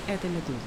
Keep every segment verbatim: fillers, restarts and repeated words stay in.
Это «Медуза».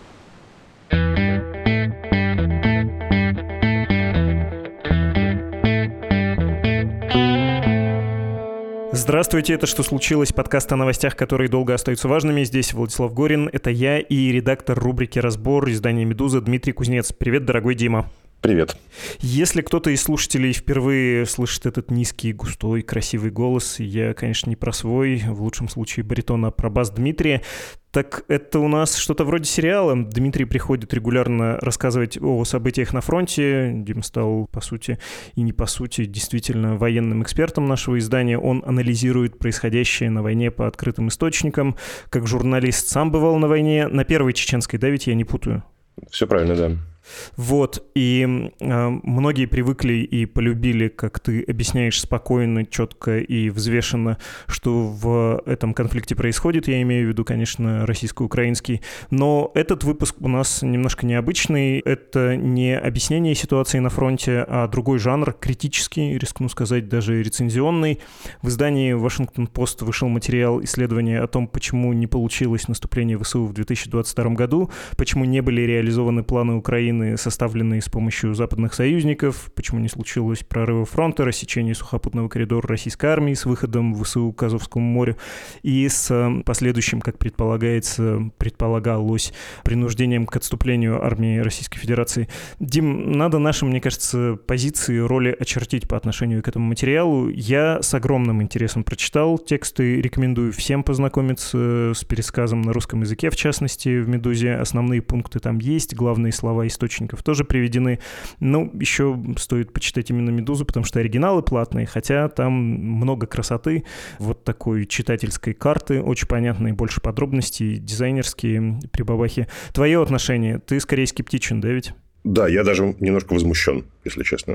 Здравствуйте, это «Что случилось?» Подкаст о новостях, которые долго остаются важными. Здесь Владислав Горин, это я и редактор рубрики «Разбор» издания «Медуза» Дмитрий Кузнец. Привет, дорогой Дима. Привет. Если кто-то из слушателей впервые слышит этот низкий, густой, красивый голос, я, конечно, не про свой, в лучшем случае баритон, а про бас Дмитрия, так это у нас что-то вроде сериала. Дмитрий приходит регулярно рассказывать о событиях на фронте. Дим стал, по сути, и не по сути, действительно военным экспертом нашего издания. Он анализирует происходящее на войне по открытым источникам. Как журналист сам бывал на войне. На первой чеченской, да, ведь я не путаю? Все правильно, да. Вот, и э, многие привыкли и полюбили, как ты объясняешь спокойно, четко и взвешенно, что в этом конфликте происходит. Я имею в виду, конечно, российско-украинский. Но этот выпуск у нас немножко необычный. Это не объяснение ситуации на фронте, а другой жанр, критический, рискну сказать, даже рецензионный. В издании «Вашингтон-Пост» вышел материал исследования о том, почему не получилось наступление ВСУ в две тысячи двадцать втором году, почему не были реализованы планы Украины, составленные с помощью западных союзников, почему не случилось прорыва фронта, рассечения сухопутного коридора российской армии с выходом в ВСУ к Азовскому морю и с последующим, как предполагается, предполагалось, принуждением к отступлению армии Российской Федерации. Дим, надо наши, мне кажется, позиции, роли очертить по отношению к этому материалу. Я с огромным интересом прочитал тексты, рекомендую всем познакомиться с пересказом на русском языке, в частности, в «Медузе». Основные пункты там есть, главные слова источников тоже приведены. Ну, еще стоит почитать именно «Медузу», потому что оригиналы платные, хотя там много красоты, вот такой читательской карты, очень понятные, больше подробностей, дизайнерские прибабахи. Твое отношение? Ты скорее скептичен, да ведь? Да, я даже немножко возмущен, если честно.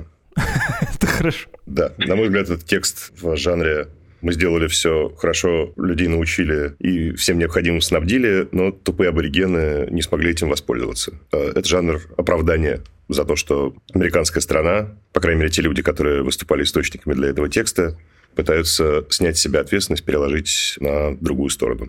Это хорошо. Да, на мой взгляд, этот текст в жанре «мы сделали все хорошо, людей научили и всем необходимым снабдили, но тупые аборигены не смогли этим воспользоваться». Это жанр оправдания за то, что американская страна, по крайней мере, те люди, которые выступали источниками для этого текста, пытаются снять с себя ответственность, переложить на другую сторону.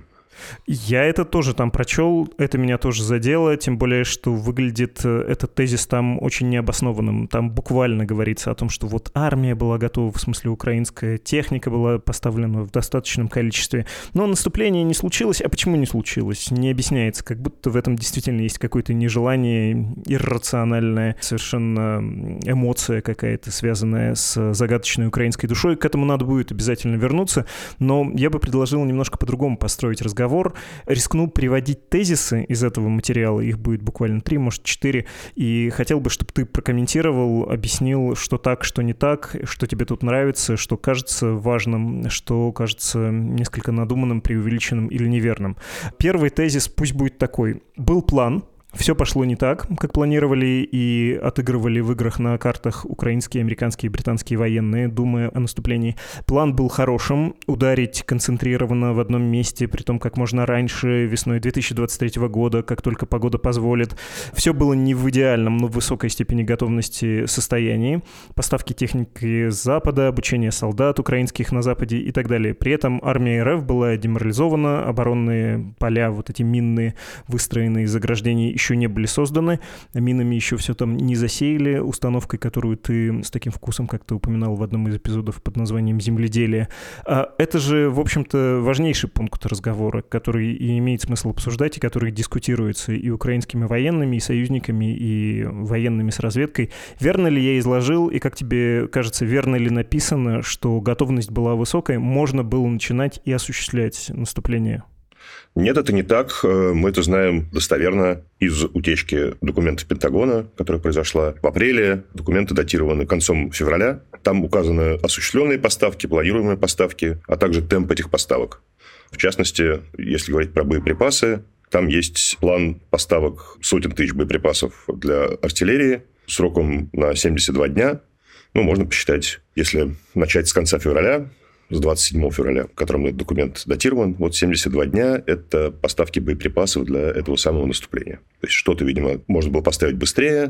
Я это тоже там прочел, это меня тоже задело, тем более, что выглядит этот тезис там очень необоснованным. Там буквально говорится о том, что вот армия была готова, в смысле украинская, техника была поставлена в достаточном количестве, но наступление не случилось. А почему не случилось? Не объясняется, как будто в этом действительно есть какое-то нежелание, иррациональная совершенно эмоция какая-то, связанная с загадочной украинской душой. К этому надо будет обязательно вернуться, но я бы предложил немножко по-другому построить разговор. Рискну приводить тезисы из этого материала, их будет буквально три, может, четыре, и хотел бы, чтобы ты прокомментировал, объяснил, что так, что не так, что тебе тут нравится, что кажется важным, что кажется несколько надуманным, преувеличенным или неверным. Первый тезис пусть будет такой. Был план, все пошло не так, как планировали и отыгрывали в играх на картах украинские, американские и британские военные, думая о наступлении. План был хорошим — ударить концентрированно в одном месте, притом как можно раньше, весной две тысячи двадцать третьего года, как только погода позволит. Все было не в идеальном, но в высокой степени готовности состоянии. Поставки техники с Запада, обучение солдат украинских на Западе и так далее. При этом армия РФ была деморализована, оборонные поля, вот эти минные, выстроенные из заграждений, еще не были созданы, минами еще все там не засеяли, установкой, которую ты с таким вкусом как-то упоминал в одном из эпизодов под названием «Земледелие». А это же, в общем-то, важнейший пункт разговора, который и имеет смысл обсуждать, и который дискутируется и украинскими военными, и союзниками, и военными с разведкой. Верно ли я изложил, и как тебе кажется, верно ли написано, что готовность была высокой, можно было начинать и осуществлять наступление? Нет, это не так. Мы это знаем достоверно из утечки документов Пентагона, которая произошла в апреле. Документы датированы концом февраля. Там указаны осуществленные поставки, планируемые поставки, а также темп этих поставок. В частности, если говорить про боеприпасы, там есть план поставок сотен тысяч боеприпасов для артиллерии сроком на семьдесят два дня. Ну, можно посчитать, если начать с конца февраля, с двадцать седьмого февраля, которым этот документ датирован, вот семьдесят два дня – это поставки боеприпасов для этого самого наступления. То есть, что-то, видимо, можно было поставить быстрее,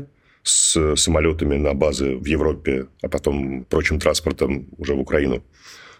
с самолетами на базы в Европе, а потом прочим транспортом уже в Украину.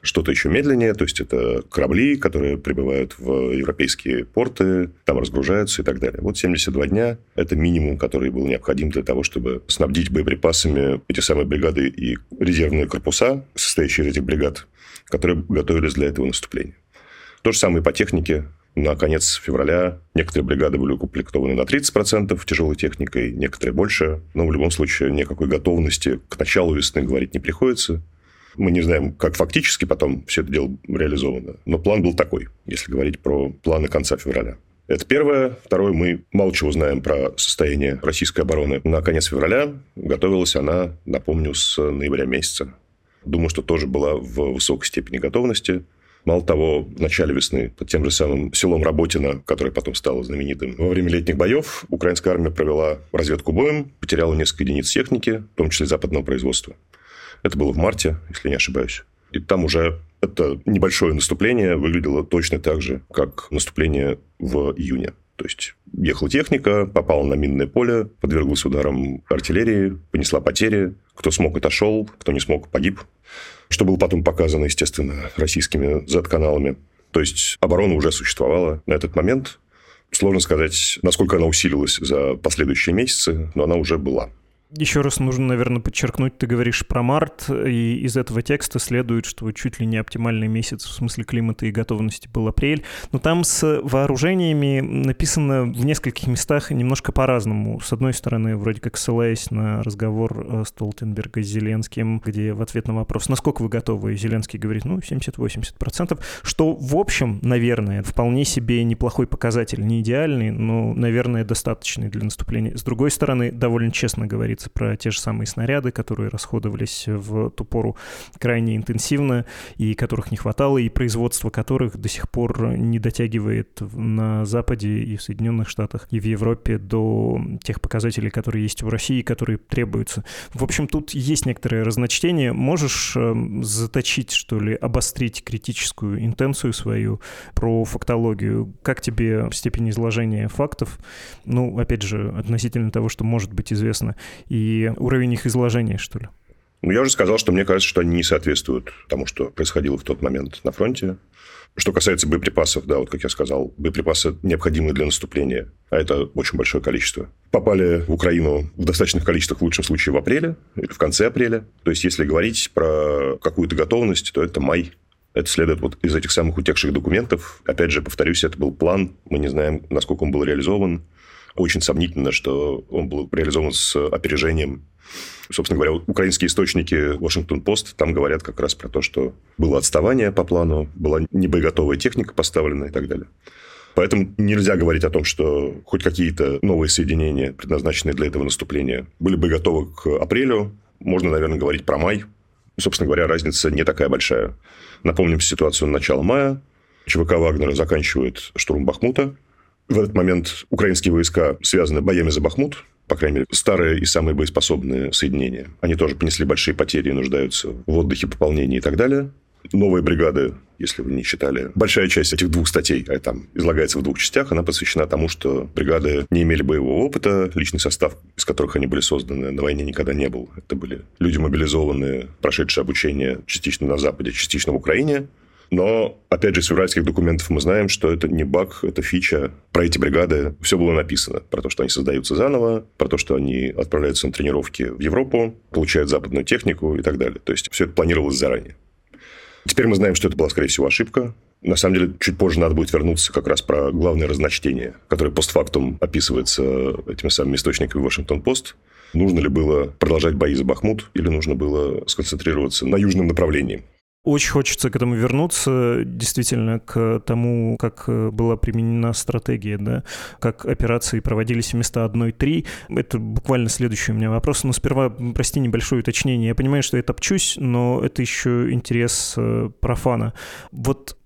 что-то еще медленнее, то есть это корабли, которые прибывают в европейские порты, там разгружаются и так далее. Вот семьдесят два дня – это минимум, который был необходим для того, чтобы снабдить боеприпасами эти самые бригады и резервные корпуса, состоящие из этих бригад, которые готовились для этого наступления. То же самое и по технике. На конец февраля некоторые бригады были укомплектованы на тридцать процентов тяжелой техникой, некоторые больше. Но в любом случае никакой готовности к началу весны говорить не приходится. Мы не знаем, как фактически потом все это дело реализовано. Но план был такой, если говорить про планы конца февраля. Это первое. Второе, мы мало чего знаем про состояние российской обороны. На конец февраля готовилась она, напомню, с ноября месяца. Думаю, что тоже была в высокой степени готовности. Мало того, в начале весны под тем же самым селом Работино, которое потом стало знаменитым, во время летних боев украинская армия провела разведку боем, потеряла несколько единиц техники, в том числе западного производства. Это было в марте, если не ошибаюсь. И там уже это небольшое наступление выглядело точно так же, как наступление в июне. То есть ехала техника, попала на минное поле, подверглась ударам артиллерии, понесла потери. Кто смог, отошел, кто не смог, погиб. Что было потом показано, естественно, российскими зет-каналами. То есть оборона уже существовала на этот момент. Сложно сказать, насколько она усилилась за последующие месяцы, но она уже была. Еще раз нужно, наверное, подчеркнуть, ты говоришь про март, и из этого текста следует, что чуть ли не оптимальный месяц в смысле климата и готовности был апрель. Но там с вооружениями написано в нескольких местах немножко по-разному. С одной стороны, вроде как ссылаясь на разговор Столтенберга с Зеленским, где в ответ на вопрос, насколько вы готовы, Зеленский говорит, ну, семьдесят-восемьдесят процентов, что, в общем, наверное, вполне себе неплохой показатель, не идеальный, но, наверное, достаточный для наступления. С другой стороны, довольно честно говорит про те же самые снаряды, которые расходовались в ту пору крайне интенсивно, и которых не хватало, и производство которых до сих пор не дотягивает на Западе и в Соединенных Штатах, и в Европе до тех показателей, которые есть в России, которые требуются. В общем, тут есть некоторое разночтение. Можешь заточить, что ли, обострить критическую интенцию свою про фактологию? Как тебе степень изложения фактов? Ну, опять же, относительно того, что может быть известно, и уровень их изложения, что ли? Ну, я уже сказал, что мне кажется, что они не соответствуют тому, что происходило в тот момент на фронте. Что касается боеприпасов, да, вот как я сказал, боеприпасы необходимы для наступления, а это очень большое количество. Попали в Украину в достаточных количествах, в лучшем случае, в апреле или в конце апреля. То есть, если говорить про какую-то готовность, то это май. Это следует вот из этих самых утекших документов. Опять же, повторюсь, это был план. Мы не знаем, насколько он был реализован. Очень сомнительно, что он был реализован с опережением. Собственно говоря, украинские источники Вашингтон-Пост там говорят как раз про то, что было отставание по плану, была небоеготовая техника поставлена и так далее. Поэтому нельзя говорить о том, что хоть какие-то новые соединения, предназначенные для этого наступления, были бы готовы к апрелю. Можно, наверное, говорить про май. Собственно говоря, разница не такая большая. Напомним ситуацию начала мая. ЧВК Вагнера заканчивает штурм Бахмута. В этот момент украинские войска связаны боями за Бахмут, по крайней мере, старые и самые боеспособные соединения. Они тоже понесли большие потери и нуждаются в отдыхе, пополнении и так далее. Новые бригады, если вы не читали, большая часть этих двух статей, а там излагается в двух частях, она посвящена тому, что бригады не имели боевого опыта, личный состав, из которых они были созданы, на войне никогда не был. Это были люди мобилизованные, прошедшие обучение частично на Западе, частично в Украине. Но, опять же, из февральских документов мы знаем, что это не баг, это фича. Про эти бригады все было написано. Про то, что они создаются заново, про то, что они отправляются на тренировки в Европу, получают западную технику и так далее. То есть, все это планировалось заранее. Теперь мы знаем, что это была, скорее всего, ошибка. На самом деле, чуть позже надо будет вернуться как раз про главное разночтение, которое постфактум описывается этими самыми источниками Вашингтон-Пост. Нужно ли было продолжать бои за Бахмут или нужно было сконцентрироваться на южном направлении? Очень хочется к этому вернуться, действительно, к тому, как была применена стратегия, да, как операции проводились вместо одной-три. Это буквально следующий у меня вопрос. Но сперва, прости, небольшое уточнение. Я понимаю, что я топчусь, но это еще интерес профана. Вот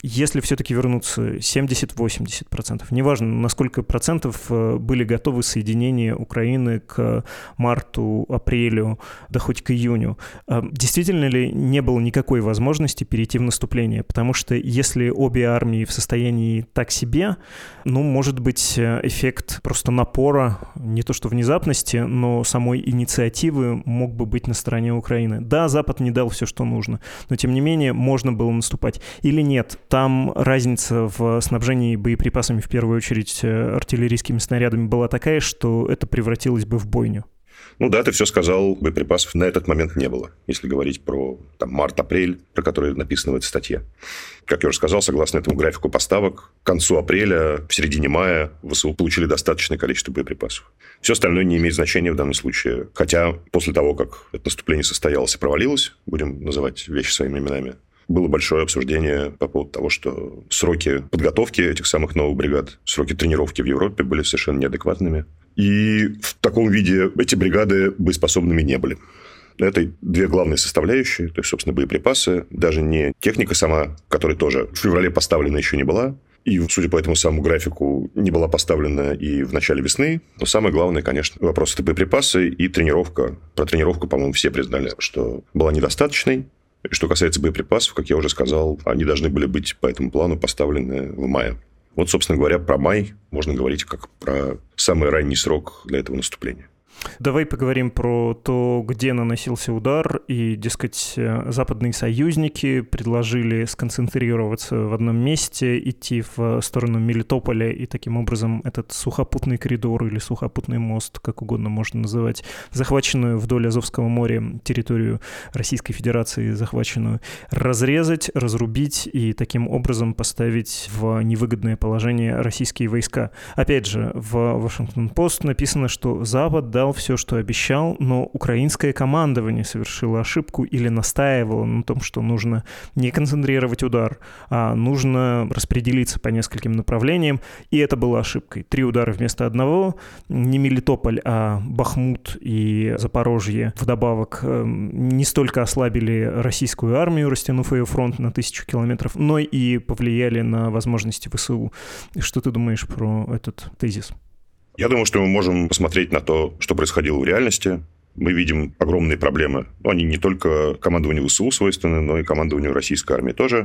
если все-таки вернуться семьдесят-восемьдесят процентов, неважно, на сколько процентов были готовы соединения Украины к марту, апрелю, да хоть к июню, действительно ли не было никакой возможности перейти в наступление? Потому что если обе армии в состоянии так себе, ну, может быть, эффект просто напора, не то что внезапности, но самой инициативы мог бы быть на стороне Украины. Да, Запад не дал все, что нужно, но тем не менее можно было наступать. Или нет? Там разница в снабжении боеприпасами, в первую очередь артиллерийскими снарядами, была такая, что это превратилось бы в бойню. Ну да, ты все сказал, боеприпасов на этот момент не было, если говорить про там, март-апрель, про который написано в этой статье. Как я уже сказал, согласно этому графику поставок, к концу апреля, в середине мая ВСУ получили достаточное количество боеприпасов. Все остальное не имеет значения в данном случае. Хотя после того, как это наступление состоялось и провалилось, будем называть вещи своими именами, было большое обсуждение по поводу того, что сроки подготовки этих самых новых бригад, сроки тренировки в Европе были совершенно неадекватными. И в таком виде эти бригады боеспособными не были. Это две главные составляющие, то есть, собственно, боеприпасы, даже не техника сама, которая тоже в феврале поставлена еще не была, и, судя по этому самому графику, не была поставлена и в начале весны. Но самое главное, конечно, вопрос – это боеприпасы и тренировка. Про тренировку, по-моему, все признали, что была недостаточной. Что касается боеприпасов, как я уже сказал, они должны были быть по этому плану поставлены в мае. Вот, собственно говоря, про май можно говорить как про самый ранний срок для этого наступления. Давай поговорим про то, где наносился удар, и, дескать, западные союзники предложили сконцентрироваться в одном месте, идти в сторону Мелитополя, и таким образом этот сухопутный коридор или сухопутный мост, как угодно можно называть, захваченную вдоль Азовского моря территорию Российской Федерации, захваченную, разрезать, разрубить и таким образом поставить в невыгодное положение российские войска. Опять же, в Вашингтон-Пост написано, что Запад дал все, что обещал, но украинское командование совершило ошибку или настаивало на том, что нужно не концентрировать удар, а нужно распределиться по нескольким направлениям, и это было ошибкой. Три удара вместо одного, не Мелитополь, а Бахмут и Запорожье вдобавок не столько ослабили российскую армию, растянув ее фронт на тысячу километров, но и повлияли на возможности ВСУ. Что ты думаешь про этот тезис? Я думаю, что мы можем посмотреть на то, что происходило в реальности. Мы видим огромные проблемы. Но они не только командованию ВСУ свойственны, но и командованию российской армии тоже.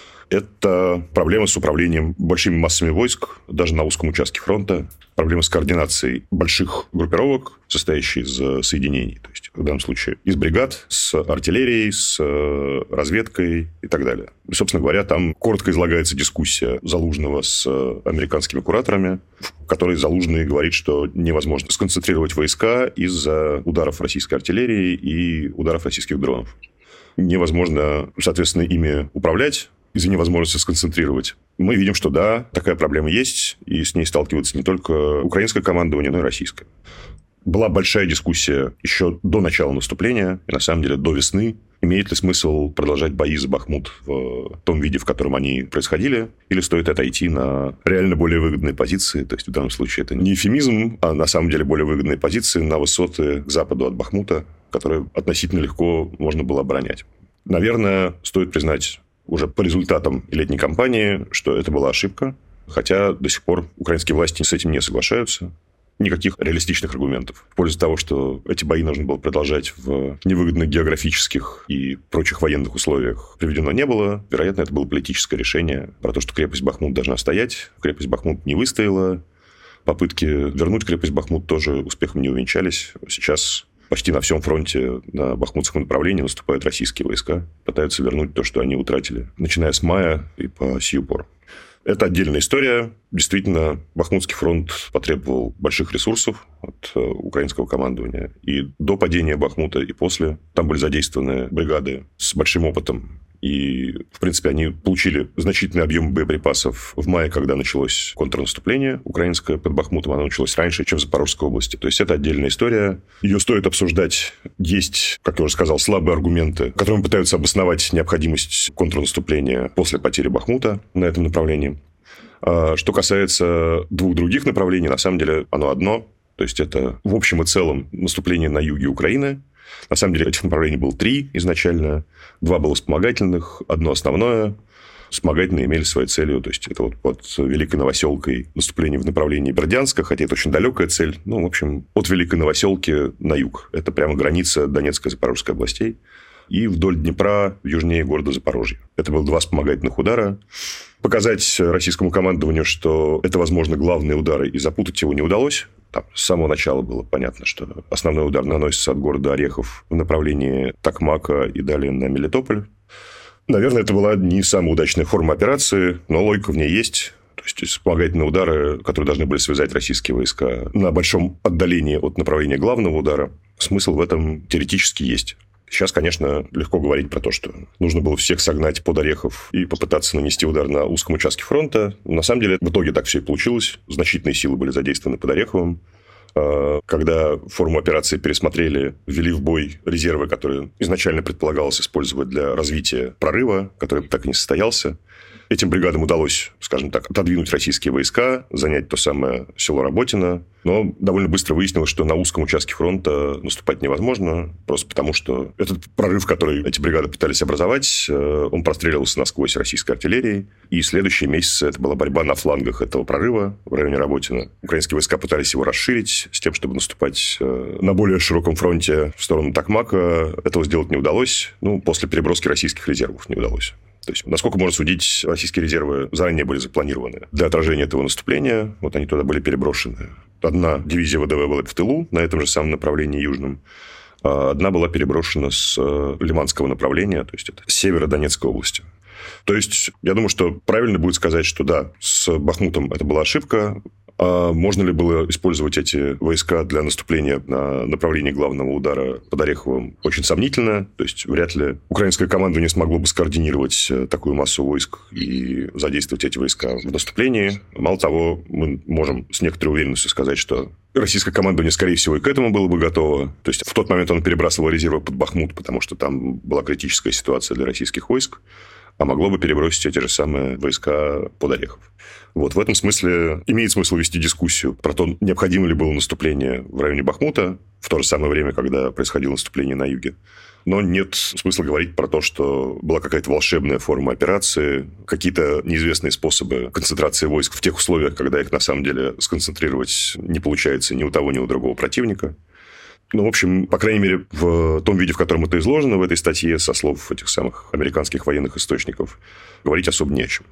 Это проблемы с управлением большими массами войск, даже на узком участке фронта. Проблемы с координацией больших группировок, состоящих из соединений. То есть, в данном случае, из бригад, с артиллерией, с разведкой и так далее. И, собственно говоря, там коротко излагается дискуссия Залужного с американскими кураторами, в которой Залужный говорит, что невозможно сконцентрировать войска из-за ударов российской артиллерии и ударов российских дронов. Невозможно, соответственно, ими управлять из-за невозможности сконцентрировать. Мы видим, что да, такая проблема есть, и с ней сталкивается не только украинское командование, но и российское. Была большая дискуссия еще до начала наступления, и на самом деле до весны, имеет ли смысл продолжать бои за Бахмут в том виде, в котором они происходили, или стоит отойти на реально более выгодные позиции. То есть, в данном случае это не эвфемизм, а на самом деле более выгодные позиции на высоты к западу от Бахмута, которые относительно легко можно было оборонять. Наверное, стоит признать уже по результатам летней кампании, что это была ошибка, хотя до сих пор украинские власти с этим не соглашаются. Никаких реалистичных аргументов в пользу того, что эти бои нужно было продолжать в невыгодных географических и прочих военных условиях, приведено не было. Вероятно, это было политическое решение про то, что крепость Бахмут должна стоять. Крепость Бахмут не выстояла. Попытки вернуть крепость Бахмут тоже успехом не увенчались. Сейчас почти на всем фронте на бахмутском направлении наступают российские войска, пытаются вернуть то, что они утратили, начиная с мая и по сию пору. Это отдельная история. Действительно, Бахмутский фронт потребовал больших ресурсов от украинского командования. И до падения Бахмута, и после. Там были задействованы бригады с большим опытом. И, в принципе, они получили значительный объем боеприпасов в мае, когда началось контрнаступление украинское под Бахмутом. Оно началось раньше, чем в Запорожской области. То есть, это отдельная история. Ее стоит обсуждать. Есть, как я уже сказал, слабые аргументы, которыми пытаются обосновать необходимость контрнаступления после потери Бахмута на этом направлении. Что касается двух других направлений, на самом деле оно одно. То есть, это в общем и целом наступление на юге Украины. На самом деле, этих направлений было три изначально. Два было вспомогательных, одно основное. вспомогательные имели своей целью, то есть это вот под Великой Новоселкой наступление в направлении Бердянска, хотя это очень далекая цель. Ну, в общем, от Великой Новоселки на юг. Это прямо граница Донецкой и Запорожской областей. И вдоль Днепра, южнее города Запорожье. Это было два вспомогательных удара. Показать российскому командованию, что это, возможно, главные удары, и запутать его не удалось. Там с самого начала было понятно, что основной удар наносится от города Орехов в направлении Токмака и далее на Мелитополь. Наверное, это была не самая удачная форма операции, но логика в ней есть. То есть вспомогательные удары, которые должны были связать российские войска на большом отдалении от направления главного удара, смысл в этом теоретически есть. Сейчас, конечно, легко говорить про то, что нужно было всех согнать под Орехов и попытаться нанести удар на узком участке фронта. На самом деле, в итоге так все и получилось. Значительные силы были задействованы под Ореховым. Когда форму операции пересмотрели, ввели в бой резервы, которые изначально предполагалось использовать для развития прорыва, который так и не состоялся. Этим бригадам удалось, скажем так, отодвинуть российские войска, занять то самое село Работино. Но довольно быстро выяснилось, что на узком участке фронта наступать невозможно, просто потому что этот прорыв, который эти бригады пытались образовать, он простреливался насквозь российской артиллерией. И следующие месяцы это была борьба на флангах этого прорыва в районе Работино. Украинские войска пытались его расширить с тем, чтобы наступать на более широком фронте в сторону Токмака. Этого сделать не удалось. Ну, после переброски российских резервов не удалось. То есть, насколько можно судить, российские резервы заранее были запланированы для отражения этого наступления. Вот они туда были переброшены. Одна дивизия ВДВ была в тылу, на этом же самом направлении южном. А одна была переброшена с Лиманского направления, то есть это с севера Донецкой области. То есть, я думаю, что правильно будет сказать, что да, с Бахмутом это была ошибка. А можно ли было использовать эти войска для наступления на направлении главного удара под Ореховым? Очень сомнительно. То есть, вряд ли украинское командование смогло бы скоординировать такую массу войск и задействовать эти войска в наступлении. Мало того, мы можем с некоторой уверенностью сказать, что российское командование, скорее всего, и к этому было бы готово. То есть, в тот момент оно перебрасывало резервы под Бахмут, потому что там была критическая ситуация для российских войск, а могло бы перебросить эти же самые войска под Орехов. Вот в этом смысле имеет смысл вести дискуссию про то, необходимо ли было наступление в районе Бахмута в то же самое время, когда происходило наступление на юге. Но нет смысла говорить про то, что была какая-то волшебная форма операции, какие-то неизвестные способы концентрации войск в тех условиях, когда их на самом деле сконцентрировать не получается ни у того, ни у другого противника. Ну, в общем, по крайней мере, в том виде, в котором это изложено в этой статье, со слов этих самых американских военных источников, говорить особо не о чем.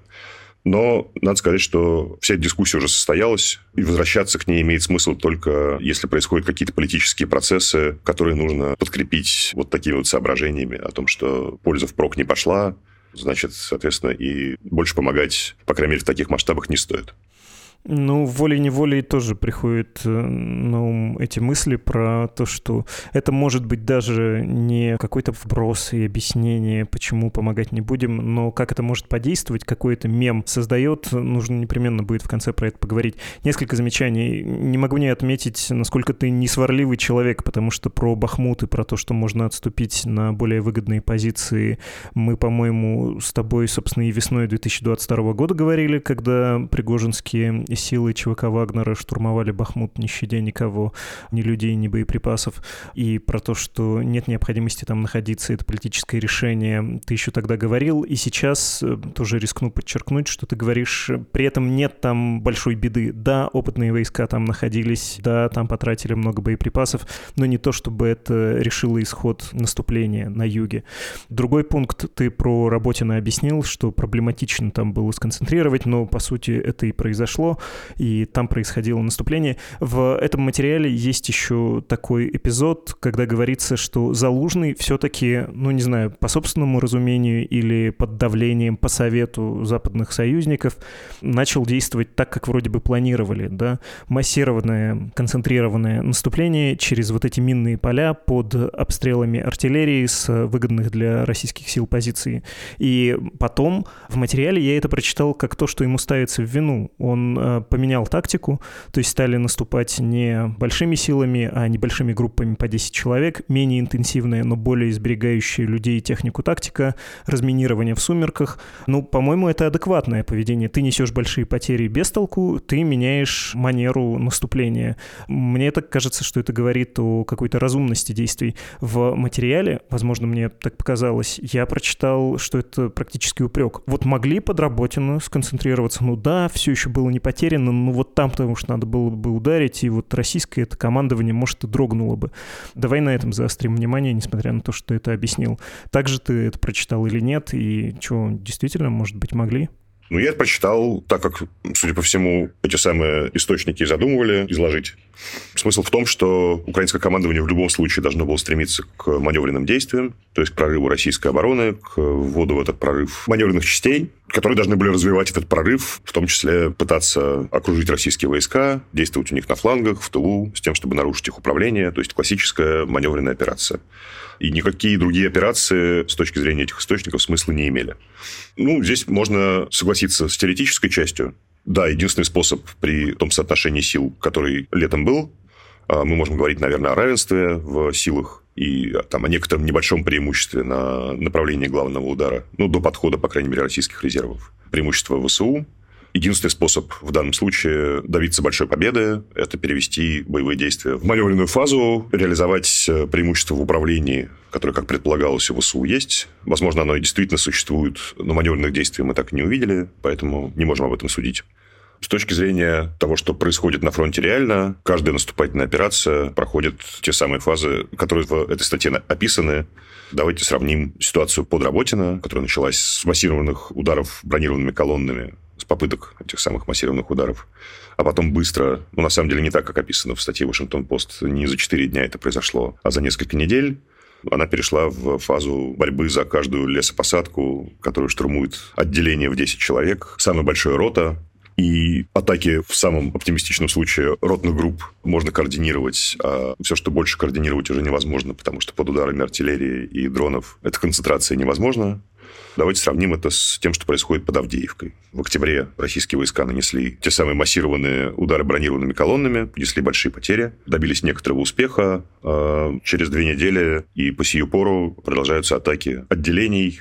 Но надо сказать, что вся эта дискуссия уже состоялась, и возвращаться к ней имеет смысл только если происходят какие-то политические процессы, которые нужно подкрепить вот такими вот соображениями о том, что польза впрок не пошла, значит, соответственно, и больше помогать, по крайней мере, в таких масштабах не стоит. Ну, волей-неволей тоже приходят на ум эти мысли про то, что это может быть даже не какой-то вброс и объяснение, почему помогать не будем, но как это может подействовать, какой это мем создает, нужно непременно будет в конце про это поговорить. Несколько замечаний. Не могу не отметить, насколько ты не сварливый человек, потому что про Бахмут и про то, что можно отступить на более выгодные позиции, мы, по-моему, с тобой, собственно, и весной две тысячи двадцать второго года говорили, когда пригожинские силы ЧВК Вагнера штурмовали Бахмут, не щадя никого, ни людей, ни боеприпасов, и про то, что нет необходимости там находиться, это политическое решение, ты еще тогда говорил, и сейчас тоже рискну подчеркнуть, что ты говоришь, при этом нет там большой беды. Да, опытные войска там находились, да, там потратили много боеприпасов, но не то, чтобы это решило исход наступления на юге. Другой пункт, ты про Работино объяснил, что проблематично там было сконцентрировать, но, по сути, это и произошло, и там происходило наступление. В этом материале есть еще такой эпизод, когда говорится, что Залужный все-таки, ну, не знаю, по собственному разумению или под давлением, по совету западных союзников, начал действовать так, как вроде бы планировали, да, массированное, концентрированное наступление через вот эти минные поля под обстрелами артиллерии с выгодных для российских сил позиций. И потом в материале я это прочитал как то, что ему ставится в вину. Он поменял тактику, то есть стали наступать не большими силами, а небольшими группами по десять человек, менее интенсивная, но более изберегающая людей и технику тактика, разминирование в сумерках. Ну, по-моему, это адекватное поведение. Ты несешь большие потери без толку, ты меняешь манеру наступления. Мне так кажется, что это говорит о какой-то разумности действий. В материале, возможно, мне так показалось, я прочитал, что это практически упрек. Вот могли под Работину сконцентрироваться, ну да, все еще было не потеряно, но вот там, потому что надо было бы ударить, и вот российское это командование, может, и дрогнуло бы. Давай на этом заострим внимание, несмотря на то, что ты это объяснил. Так же ты это прочитал или нет, и что, действительно, может быть, могли? Ну, я это прочитал так, как, судя по всему, эти самые источники задумывали изложить. Смысл в том, что украинское командование в любом случае должно было стремиться к маневренным действиям, то есть к прорыву российской обороны, к вводу в этот прорыв маневренных частей, которые должны были развивать этот прорыв, в том числе пытаться окружить российские войска, действовать у них на флангах, в тылу, с тем, чтобы нарушить их управление, то есть классическая маневренная операция. И никакие другие операции с точки зрения этих источников смысла не имели. Ну, здесь можно согласиться с теоретической частью. Да, единственный способ при том соотношении сил, который летом был, мы можем говорить, наверное, о равенстве в силах и там, о некотором небольшом преимуществе на направлении главного удара, ну, до подхода, по крайней мере, российских резервов. Преимущество ВСУ. Единственный способ в данном случае добиться большой победы – это перевести боевые действия в маневренную фазу, реализовать преимущество в управлении, которое, как предполагалось, у ВСУ есть. Возможно, оно и действительно существует, но маневренных действий мы так и не увидели, поэтому не можем об этом судить. С точки зрения того, что происходит на фронте реально, каждая наступательная операция проходит те самые фазы, которые в этой статье описаны. Давайте сравним ситуацию под Работино, которая началась с массированных ударов бронированными колоннами, с попыток этих самых массированных ударов, а потом быстро, ну, на самом деле, не так, как описано в статье Вашингтон-Пост, не за четыре дня это произошло, а за несколько недель, она перешла в фазу борьбы за каждую лесопосадку, которую штурмует отделение в десять человек, самая большая рота. И атаки в самом оптимистичном случае ротных групп можно координировать, а все, что больше координировать, уже невозможно, потому что под ударами артиллерии и дронов эта концентрация невозможна. Давайте сравним это с тем, что происходит под Авдеевкой. В октябре российские войска нанесли те самые массированные удары бронированными колоннами, понесли большие потери, добились некоторого успеха. А через две недели и по сию пору продолжаются атаки отделений,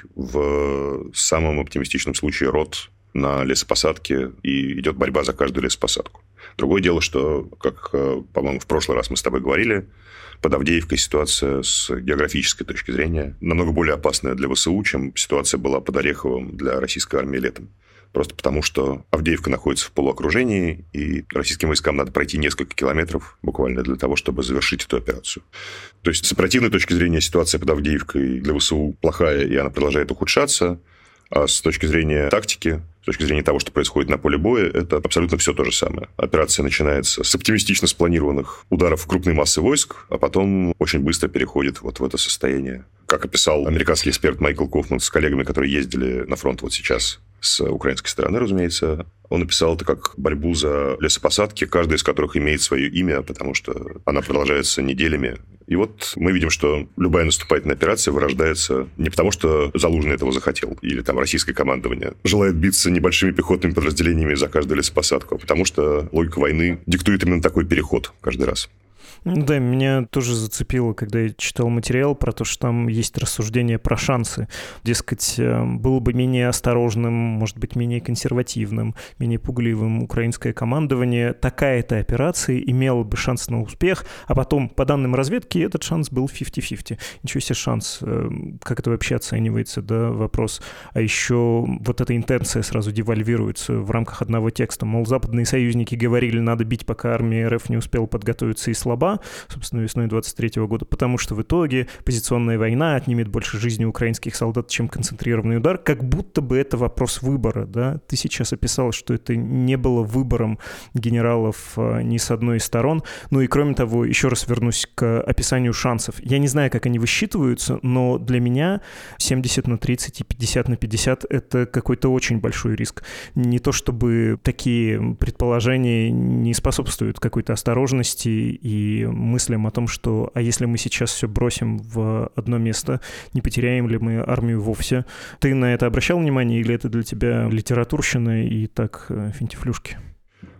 в самом оптимистичном случае рот, на лесопосадке, и идет борьба за каждую лесопосадку. Другое дело, что, как, по-моему, в прошлый раз мы с тобой говорили, под Авдеевкой ситуация с географической точки зрения намного более опасная для ВСУ, чем ситуация была под Ореховым для российской армии летом. Просто потому, что Авдеевка находится в полуокружении, и российским войскам надо пройти несколько километров буквально для того, чтобы завершить эту операцию. То есть, с оперативной точки зрения ситуация под Авдеевкой для ВСУ плохая, и она продолжает ухудшаться. А с точки зрения тактики, с точки зрения того, что происходит на поле боя, это абсолютно все то же самое. Операция начинается с оптимистично спланированных ударов крупной массы войск, а потом очень быстро переходит вот в это состояние. Как описал американский эксперт Майкл Кофман с коллегами, которые ездили на фронт вот сейчас, с украинской стороны, разумеется, он описал это как борьбу за лесопосадки, каждая из которых имеет свое имя, потому что она продолжается неделями. И вот мы видим, что любая наступательная операция вырождается не потому, что Залужный этого захотел, или там российское командование желает биться небольшими пехотными подразделениями за каждую лесопосадку, а потому что логика войны диктует именно такой переход каждый раз. Да, меня тоже зацепило, когда я читал материал про то, что там есть рассуждение про шансы. Дескать, было бы менее осторожным, может быть, менее консервативным, менее пугливым украинское командование. Такая-то операция имела бы шанс на успех, а потом, по данным разведки, этот шанс был пятьдесят на пятьдесят. Ничего себе шанс. Как это вообще оценивается, да, вопрос. А еще вот эта интенция сразу девальвируется в рамках одного текста. Мол, западные союзники говорили, надо бить, пока армия РФ не успела подготовиться и слаба, собственно, весной двадцать третьего года, потому что в итоге позиционная война отнимет больше жизни украинских солдат, чем концентрированный удар, как будто бы это вопрос выбора, да? Ты сейчас описал, что это не было выбором генералов ни с одной из сторон. Ну и кроме того, еще раз вернусь к описанию шансов. Я не знаю, как они высчитываются, но для меня семьдесят на тридцать и пятьдесят на пятьдесят — это какой-то очень большой риск. Не то чтобы такие предположения не способствуют какой-то осторожности и мыслям о том, что а если мы сейчас все бросим в одно место, не потеряем ли мы армию вовсе? Ты на это обращал внимание или это для тебя литературщина и так финтифлюшки?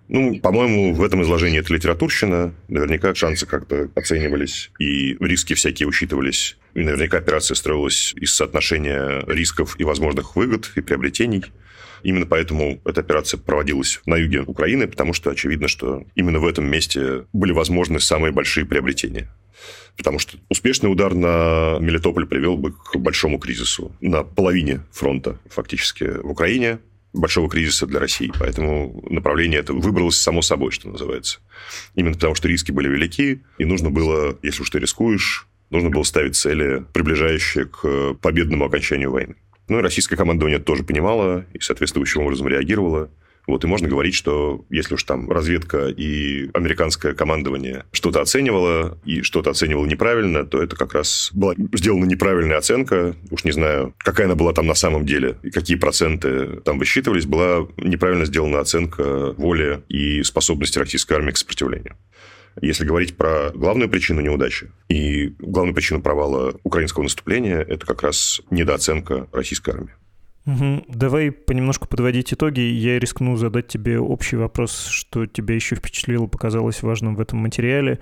Ну, по-моему, в этом изложении это литературщина. Наверняка шансы как-то оценивались, и риски всякие учитывались. И наверняка операция строилась из соотношения рисков и возможных выгод и приобретений. Именно поэтому эта операция проводилась на юге Украины, потому что очевидно, что именно в этом месте были возможны самые большие приобретения. Потому что успешный удар на Мелитополь привел бы к большому кризису на половине фронта, фактически, в Украине. Большого кризиса для России. Поэтому направление это выбралось само собой, что называется. Именно потому, что риски были велики, и нужно было, если уж ты рискуешь, нужно было ставить цели, приближающие к победному окончанию войны. Ну и российское командование это тоже понимало и соответствующим образом реагировало. Вот, и можно говорить, что если уж там разведка и американское командование что-то оценивало и что-то оценивало неправильно, то это как раз была сделана неправильная оценка. Уж не знаю, какая она была там на самом деле и какие проценты там высчитывались. Была неправильно сделана оценка воли и способности российской армии к сопротивлению. Если говорить про главную причину неудачи и главную причину провала украинского наступления, это как раз недооценка российской армии. Угу. Давай понемножку подводить итоги. Я рискну задать тебе общий вопрос, что тебя еще впечатлило, показалось важным в этом материале,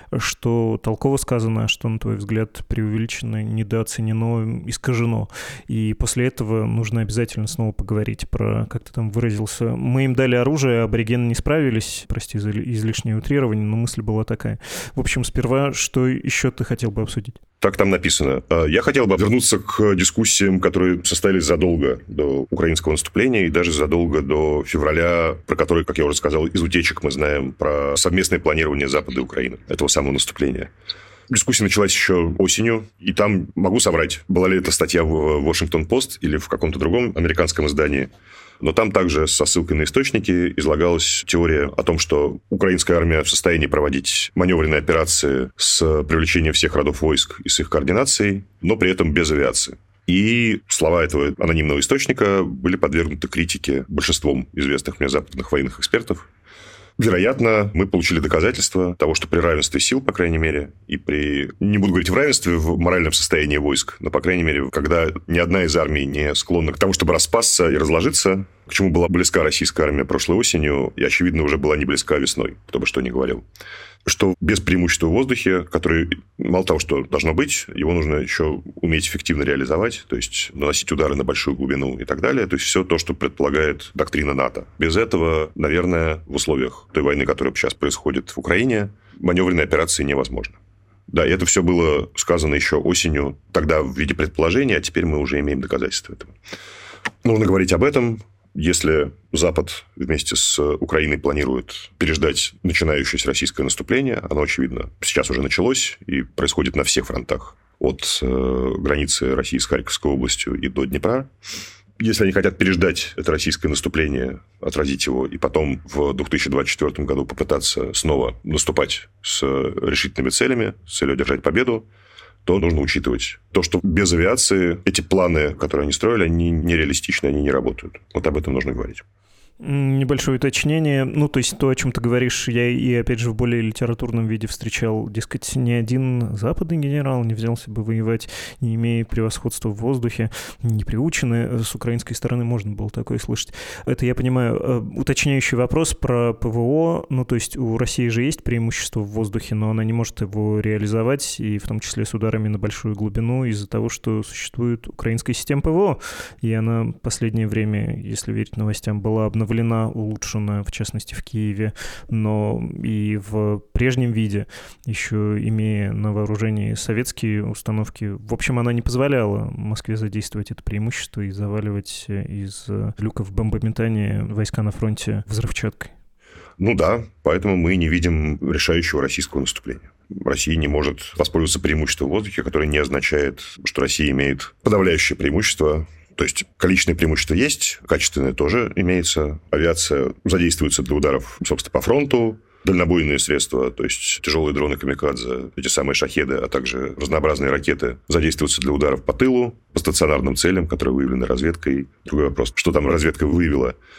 что толково сказано, что, на твой взгляд, преувеличено, недооценено, искажено. И после этого нужно обязательно снова поговорить про, как ты там выразился, мы им дали оружие, а аборигены не справились, прости за излишнее утрирование, но мысль была такая. В общем, сперва, что еще ты хотел бы обсудить? Так там написано. Я хотел бы вернуться к дискуссиям, которые состоялись задолго до украинского наступления и даже задолго до февраля, про который, как я уже сказал, из утечек мы знаем про совместное планирование Запада и Украины, этого самого наступления. Дискуссия началась еще осенью, и там, могу соврать, была ли это статья в Washington-Post или в каком-то другом американском издании, но там также со ссылкой на источники излагалась теория о том, что украинская армия в состоянии проводить маневренные операции с привлечением всех родов войск и с их координацией, но при этом без авиации. И слова этого анонимного источника были подвергнуты критике большинством известных мне западных военных экспертов. Вероятно, мы получили доказательства того, что при равенстве сил, по крайней мере, и при, не буду говорить в равенстве, в моральном состоянии войск, но, по крайней мере, когда ни одна из армий не склонна к тому, чтобы распасться и разложиться, к чему была близка российская армия прошлой осенью, и, очевидно, уже была не близка весной, кто бы что ни говорил. Что без преимущества в воздухе, которое, мало того, что должно быть, его нужно еще уметь эффективно реализовать, то есть наносить удары на большую глубину и так далее. То есть все то, что предполагает доктрина НАТО. Без этого, наверное, в условиях той войны, которая сейчас происходит в Украине, маневренные операции невозможны. Да, и это все было сказано еще осенью, тогда в виде предположения, а теперь мы уже имеем доказательства этого. Нужно говорить об этом. Если Запад вместе с Украиной планирует переждать начинающееся российское наступление, оно, очевидно, сейчас уже началось и происходит на всех фронтах. От э, границы России с Харьковской областью и до Днепра. Если они хотят переждать это российское наступление, отразить его, и потом в две тысячи двадцать четвёртом году попытаться снова наступать с решительными целями, с целью одержать победу, то нужно учитывать то, что без авиации эти планы, которые они строили, они нереалистичны, они не работают. Вот об этом нужно говорить. Небольшое уточнение. Ну, то есть то, о чем ты говоришь, я и, опять же, в более литературном виде встречал. Дескать, ни один западный генерал не взялся бы воевать, не имея превосходства в воздухе, не приучены. С украинской стороны можно было такое слышать. Это я понимаю. Уточняющий вопрос про ПВО. Ну, то есть у России же есть преимущество в воздухе, но она не может его реализовать, и в том числе с ударами на большую глубину, из-за того, что существует украинская система ПВО. И она в последнее время, если верить новостям, была обновлена, улучшена, в частности, в Киеве, но и в прежнем виде, еще имея на вооружении советские установки. В общем, она не позволяла Москве задействовать это преимущество и заваливать из люков бомбометания войска на фронте взрывчаткой. Ну да, поэтому мы не видим решающего российского наступления. Россия не может воспользоваться преимуществом в воздухе, которое не означает, что Россия имеет подавляющее преимущество. То есть количественное преимущество есть, качественное тоже имеется. Авиация задействуется для ударов, собственно, по фронту. Дальнобойные средства, то есть тяжелые дроны камикадзе, эти самые шахеды, а также разнообразные ракеты задействуются для ударов по тылу, по стационарным целям, которые выявлены разведкой. Другой вопрос, что там разведка выявила.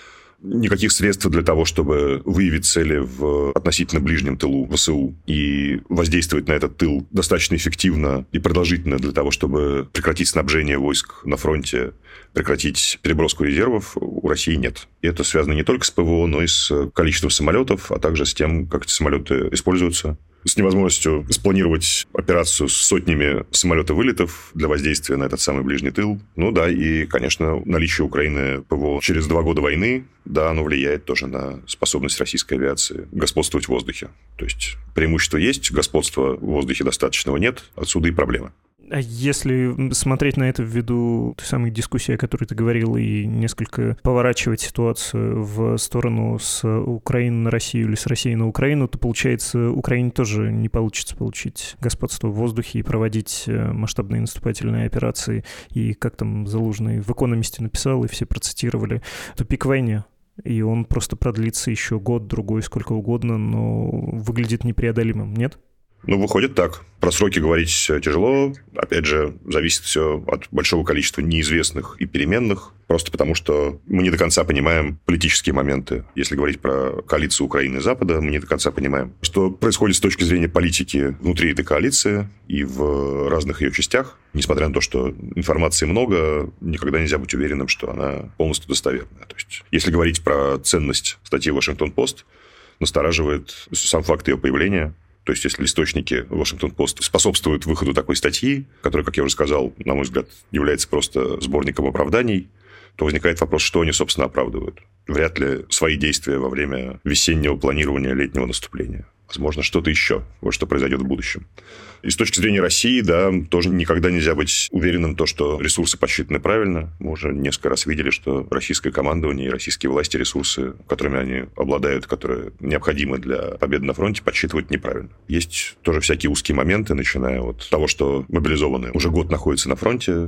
никаких средств для того, чтобы выявить цели в относительно ближнем тылу ВСУ и воздействовать на этот тыл достаточно эффективно и продолжительно для того, чтобы прекратить снабжение войск на фронте, прекратить переброску резервов, у России нет. И это связано не только с ПВО, но и с количеством самолетов, а также с тем, как эти самолеты используются. С невозможностью спланировать операцию с сотнями самолетов-вылетов для воздействия на этот самый ближний тыл. Ну да, и, конечно, наличие Украины ПВО через два года войны, да, оно влияет тоже на способность российской авиации господствовать в воздухе. То есть преимущество есть, господства в воздухе достаточного нет, отсюда и проблемы. А если смотреть на это ввиду той самой дискуссии, о которой ты говорил, и несколько поворачивать ситуацию в сторону с Украины на Россию или с России на Украину, то, получается, Украине тоже не получится получить господство в воздухе и проводить масштабные наступательные операции. И, как там Залужный в «Экономисте» написал, и все процитировали, тупик в войне. И он просто продлится еще год, другой, сколько угодно, но выглядит непреодолимым, нет? Ну, выходит так. Про сроки говорить тяжело. Опять же, зависит все от большого количества неизвестных и переменных. Просто потому, что мы не до конца понимаем политические моменты. Если говорить про коалицию Украины и Запада, мы не до конца понимаем, что происходит с точки зрения политики внутри этой коалиции и в разных ее частях. Несмотря на то, что информации много, никогда нельзя быть уверенным, что она полностью достоверная. То есть, если говорить про ценность статьи «Вашингтон-Пост», настораживает сам факт ее появления. То есть, если источники «Вашингтон-Пост» способствуют выходу такой статьи, которая, как я уже сказал, на мой взгляд, является просто сборником оправданий, то возникает вопрос, что они, собственно, оправдывают. Вряд ли свои действия во время весеннего планирования летнего наступления. Возможно, что-то еще, вот что произойдет в будущем. И с точки зрения России, да, тоже никогда нельзя быть уверенным в том, что ресурсы подсчитаны правильно. Мы уже несколько раз видели, что российское командование и российские власти ресурсы, которыми они обладают, которые необходимы для победы на фронте, подсчитывают неправильно. Есть тоже всякие узкие моменты, начиная от того, что мобилизованные уже год находятся на фронте,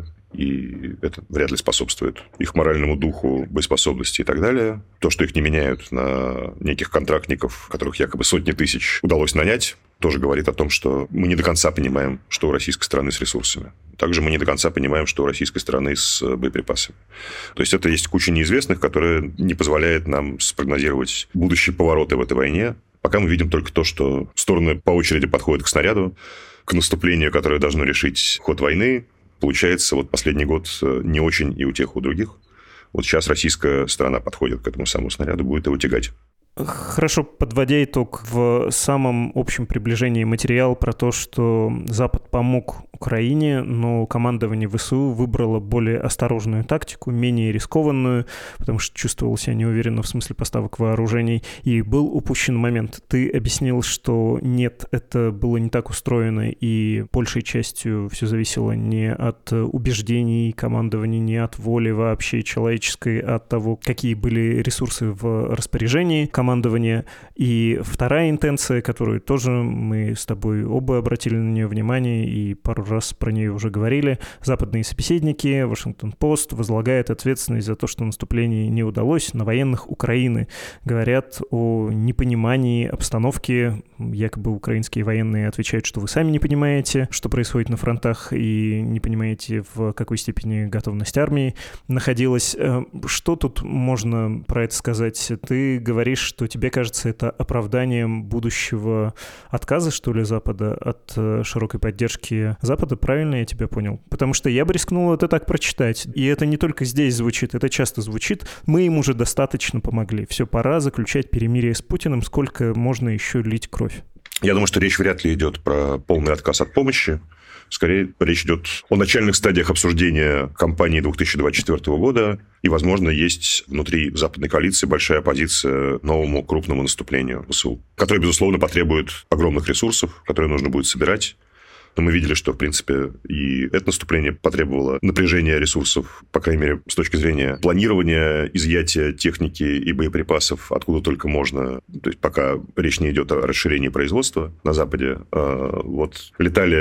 и это вряд ли способствует их моральному духу, боеспособности и так далее. То, что их не меняют на неких контрактников, которых якобы сотни тысяч удалось нанять, тоже говорит о том, что мы не до конца понимаем, что у российской стороны с ресурсами. Также мы не до конца понимаем, что у российской стороны с боеприпасами. То есть это есть куча неизвестных, которые не позволяют нам спрогнозировать будущие повороты в этой войне. Пока мы видим только то, что стороны по очереди подходят к снаряду, к наступлению, которое должно решить ход войны. Получается, вот последний год не очень и у тех, и у других. Вот сейчас российская сторона подходит к этому самому снаряду, будет его тягать. Хорошо, подводя итог, в самом общем приближении материал про то, что Запад помог Украине, но командование ВСУ выбрало более осторожную тактику, менее рискованную, потому что чувствовал себя неуверенно в смысле поставок вооружений, и был упущен момент. Ты объяснил, что нет, это было не так устроено, и большей частью все зависело не от убеждений командования, не от воли вообще человеческой, а от того, какие были ресурсы в распоряжении командования. И вторая интенция, которую тоже мы с тобой оба обратили на нее внимание и пару раз про нее уже говорили, западные собеседники, Вашингтон-Пост возлагает ответственность за то, что наступление не удалось, на военных Украины. Говорят о непонимании обстановки. Якобы украинские военные отвечают, что вы сами не понимаете, что происходит на фронтах, и не понимаете, в какой степени готовность армии находилась. Что тут можно про это сказать? Ты говоришь, что тебе кажется это оправданием будущего отказа, что ли, Запада от широкой поддержки Запада, правильно я тебя понял? Потому что я бы рискнул это так прочитать. И это не только здесь звучит, это часто звучит. Мы им уже достаточно помогли. Все, пора заключать перемирие с Путиным. Сколько можно еще лить кровь? Я думаю, что речь вряд ли идет про полный отказ от помощи. Скорее, речь идет о начальных стадиях обсуждения кампании две тысячи двадцать четвёртого года. И, возможно, есть внутри западной коалиции большая оппозиция новому крупному наступлению ВСУ, которое, безусловно, потребует огромных ресурсов, которые нужно будет собирать. Но мы видели, что, в принципе, и это наступление потребовало напряжения ресурсов, по крайней мере, с точки зрения планирования, изъятия техники и боеприпасов откуда только можно. То есть, пока речь не идет о расширении производства на Западе. Вот летали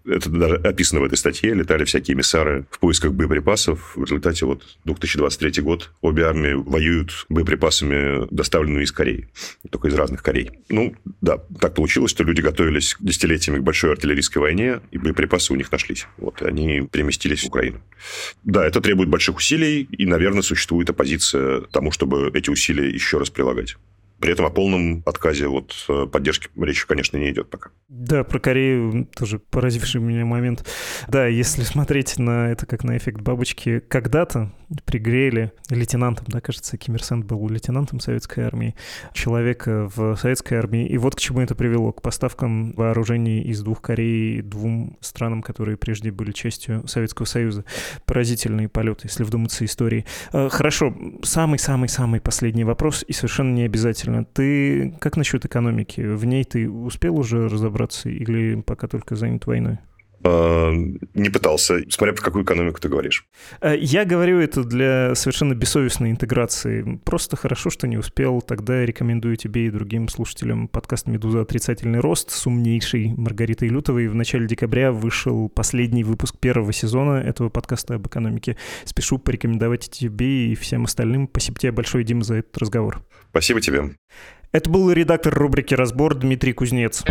Это даже описано в этой статье. Летали всякие эмиссары в поисках боеприпасов. В результате вот две тысячи двадцать третий год обе армии воюют боеприпасами, доставленными из Кореи. Только из разных Корей. Ну, да, так получилось, что люди готовились десятилетиями к большой артиллерийской войне, и боеприпасы у них нашлись. Вот, и они переместились в Украину. Да, это требует больших усилий, и, наверное, существует оппозиция тому, чтобы эти усилия еще раз прилагать. При этом о полном отказе от поддержки речи, конечно, не идет пока. Да, про Корею тоже поразивший меня момент. Да, если смотреть на это как на эффект бабочки, когда-то пригрели лейтенантом, да, кажется, Ким Ир Сен был лейтенантом советской армии, человека в советской армии. И вот к чему это привело. К поставкам вооружений из двух Корей двум странам, которые прежде были частью Советского Союза. Поразительные полеты, если вдуматься истории. Хорошо, самый-самый-самый последний вопрос, и совершенно не обязательно. Ты как насчет экономики? В ней ты успел уже разобраться или пока только занят войной? Не пытался, смотря про какую экономику ты говоришь. Я говорю это для совершенно бессовестной интеграции. Просто хорошо, что не успел. Тогда рекомендую тебе и другим слушателям подкаст «Медуза. Отрицательный рост» с умнейшей Маргаритой Лютовой. В начале декабря вышел последний выпуск первого сезона этого подкаста об экономике. Спешу порекомендовать тебе и всем остальным. Спасибо тебе большое, Дима, за этот разговор. Спасибо тебе. Это был редактор рубрики «Разбор» Дмитрий Кузнец.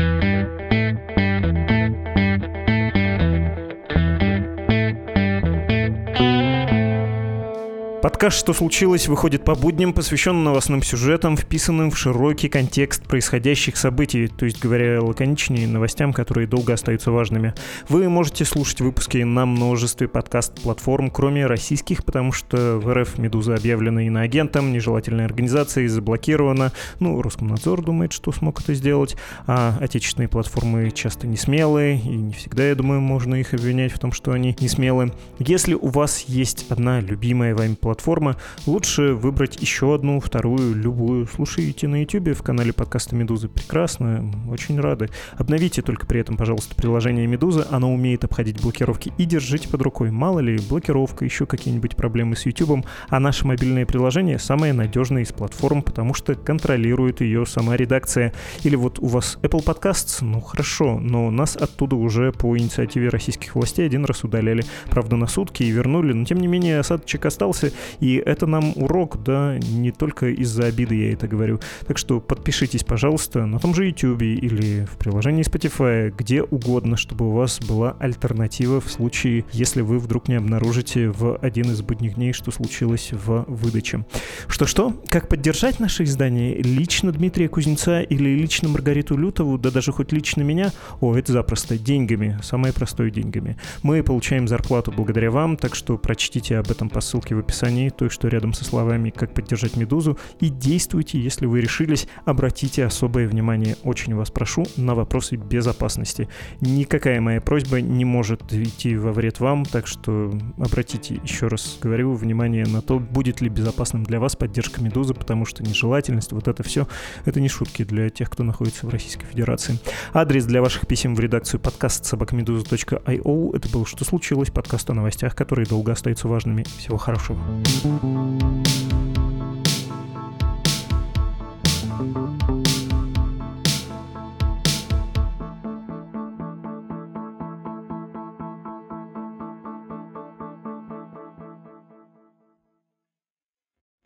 Подкаст «Что случилось?» выходит по будням, посвящен новостным сюжетам, вписанным в широкий контекст происходящих событий, то есть, говоря лаконичнее, новостям, которые долго остаются важными. Вы можете слушать выпуски на множестве подкаст-платформ, кроме российских, потому что в РФ «Медуза» объявлена иноагентом, нежелательной организацией, заблокирована. Ну, Роскомнадзор думает, что смог это сделать, а отечественные платформы часто не смелые, и не всегда, я думаю, можно их обвинять в том, что они не смелые. Если у вас есть одна любимая вами платформа, платформа, лучше выбрать еще одну, вторую, любую. Слушайте на YouTube в канале подкаста «Медузы». Прекрасно, очень рады. Обновите только при этом, пожалуйста, приложение «Медуза». Оно умеет обходить блокировки и держите под рукой. Мало ли, блокировка, еще какие-нибудь проблемы с YouTube. А наше мобильное приложение самое надежное из платформ, потому что контролирует ее сама редакция. Или вот у вас Apple Podcasts, ну хорошо, но нас оттуда уже по инициативе российских властей один раз удаляли. Правда, на сутки и вернули, но тем не менее осадочек остался. И это нам урок, да, не только из-за обиды я это говорю. Так что подпишитесь, пожалуйста, на том же YouTube или в приложении Spotify, где угодно, чтобы у вас была альтернатива в случае, если вы вдруг не обнаружите в один из будних дней, что случилось в выдаче. Что-что? Как поддержать наше издание? Лично Дмитрия Кузнеца или лично Маргариту Лютову, да даже хоть лично меня? О, это запросто. Деньгами. Самое простое деньгами. Мы получаем зарплату благодаря вам, так что прочтите об этом по ссылке в описании, той, что рядом со словами «Как поддержать Медузу», и действуйте, если вы решились. Обратите особое внимание, очень вас прошу, на вопросы безопасности. Никакая моя просьба не может идти во вред вам, так что обратите, еще раз говорю, внимание на то, будет ли безопасным для вас поддержка Медузы, потому что нежелательность, вот это все, это не шутки для тех, кто находится в Российской Федерации. Адрес для ваших писем в редакцию подкаст собака медуза точка ай о. Это было «Что случилось?» Подкаст о новостях, которые долго остаются важными. Всего хорошего. Thank you.